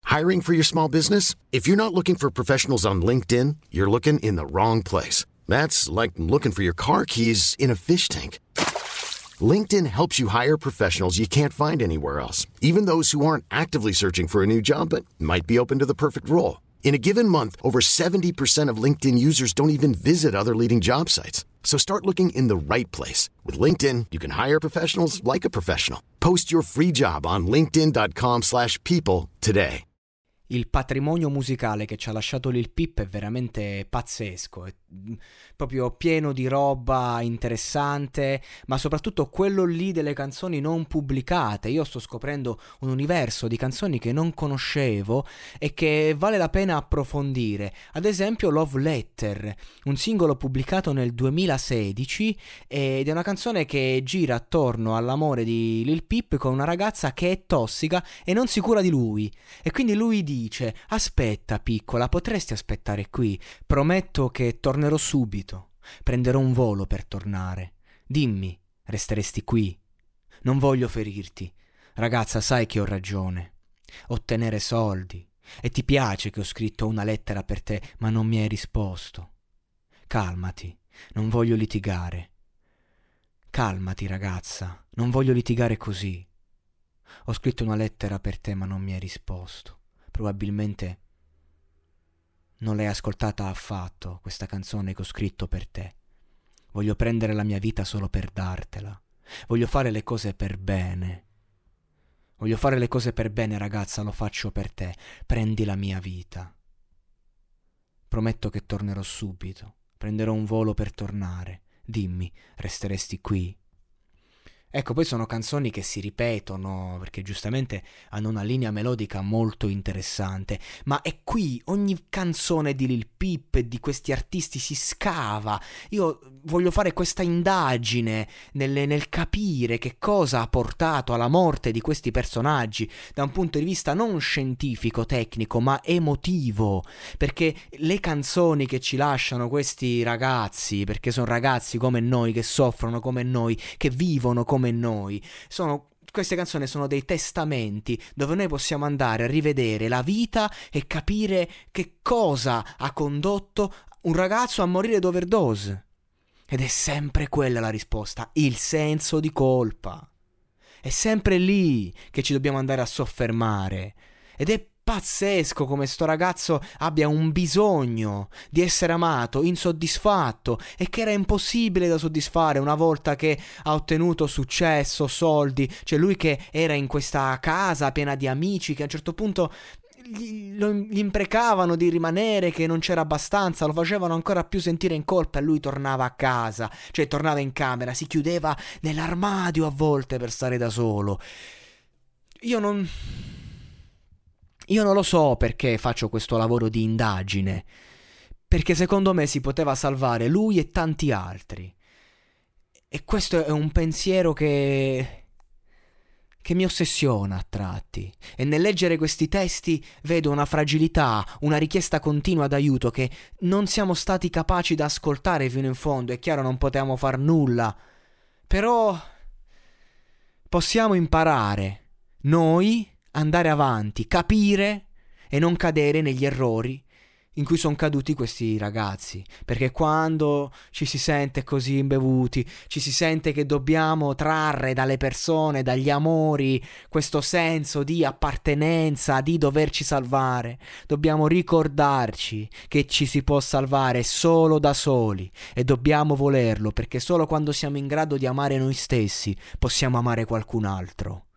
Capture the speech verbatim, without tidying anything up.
Hiring for your small business? If you're not looking for professionals on LinkedIn, you're looking in the wrong place. That's like looking for your car keys in a fish tank. LinkedIn helps you hire professionals you can't find anywhere else, even those who aren't actively searching for a new job but might be open to the perfect role. In a given month, over seventy percent of LinkedIn users don't even visit other leading job sites. So start looking in the right place. With LinkedIn, you can hire professionals like a professional. Post your free job on linkedin.com slash people today. Il patrimonio musicale che ci ha lasciato Lil Peep è veramente pazzesco, è proprio pieno di roba interessante, ma soprattutto quello lì delle canzoni non pubblicate. Io sto scoprendo un universo di canzoni che non conoscevo e che vale la pena approfondire. Ad esempio Love Letter, un singolo pubblicato nel duemilasedici ed è una canzone che gira attorno all'amore di Lil Peep con una ragazza che è tossica e non sicura di lui, e quindi lui dice: dice: aspetta piccola, potresti aspettare qui, prometto che tornerò subito, prenderò un volo per tornare, dimmi, resteresti qui? Non voglio ferirti, ragazza, sai che ho ragione, ottenere soldi, e ti piace che ho scritto una lettera per te ma non mi hai risposto. Calmati, non voglio litigare. Calmati ragazza, non voglio litigare così. Ho scritto una lettera per te ma non mi hai risposto. Probabilmente non l'hai ascoltata affatto, questa canzone che ho scritto per te. Voglio prendere la mia vita solo per dartela. Voglio fare le cose per bene. Voglio fare le cose per bene, ragazza, lo faccio per te. Prendi la mia vita. Prometto che tornerò subito. Prenderò un volo per tornare. Dimmi, resteresti qui? Ecco, poi sono canzoni che si ripetono perché giustamente hanno una linea melodica molto interessante, ma è qui ogni canzone di Lil Peep e di questi artisti si scava. Io voglio fare questa indagine nel, nel capire che cosa ha portato alla morte di questi personaggi da un punto di vista non scientifico, tecnico, ma emotivo, perché le canzoni che ci lasciano questi ragazzi, perché sono ragazzi come noi, che soffrono come noi, che vivono come come noi, sono queste canzoni sono dei testamenti dove noi possiamo andare a rivedere la vita e capire che cosa ha condotto un ragazzo a morire d'overdose. Ed è sempre quella la risposta, il senso di colpa. È sempre lì che ci dobbiamo andare a soffermare. Ed è pazzesco come sto ragazzo abbia un bisogno di essere amato, insoddisfatto, e che era impossibile da soddisfare una volta che ha ottenuto successo, soldi. Cioè lui che era in questa casa piena di amici che a un certo punto gli, lo, gli imprecavano di rimanere, che non c'era abbastanza, lo facevano ancora più sentire in colpa, e lui tornava a casa, cioè tornava in camera, si chiudeva nell'armadio a volte per stare da solo. Io non... Io non lo so perché faccio questo lavoro di indagine, perché secondo me si poteva salvare lui e tanti altri. E questo è un pensiero che... che mi ossessiona a tratti. E nel leggere questi testi vedo una fragilità, una richiesta continua d'aiuto che non siamo stati capaci di ascoltare fino in fondo. È chiaro, non potevamo far nulla. Però possiamo imparare, noi, andare avanti, capire e non cadere negli errori in cui sono caduti questi ragazzi, perché quando ci si sente così imbevuti, ci si sente che dobbiamo trarre dalle persone, dagli amori, questo senso di appartenenza, di doverci salvare, dobbiamo ricordarci che ci si può salvare solo da soli e dobbiamo volerlo, perché solo quando siamo in grado di amare noi stessi possiamo amare qualcun altro.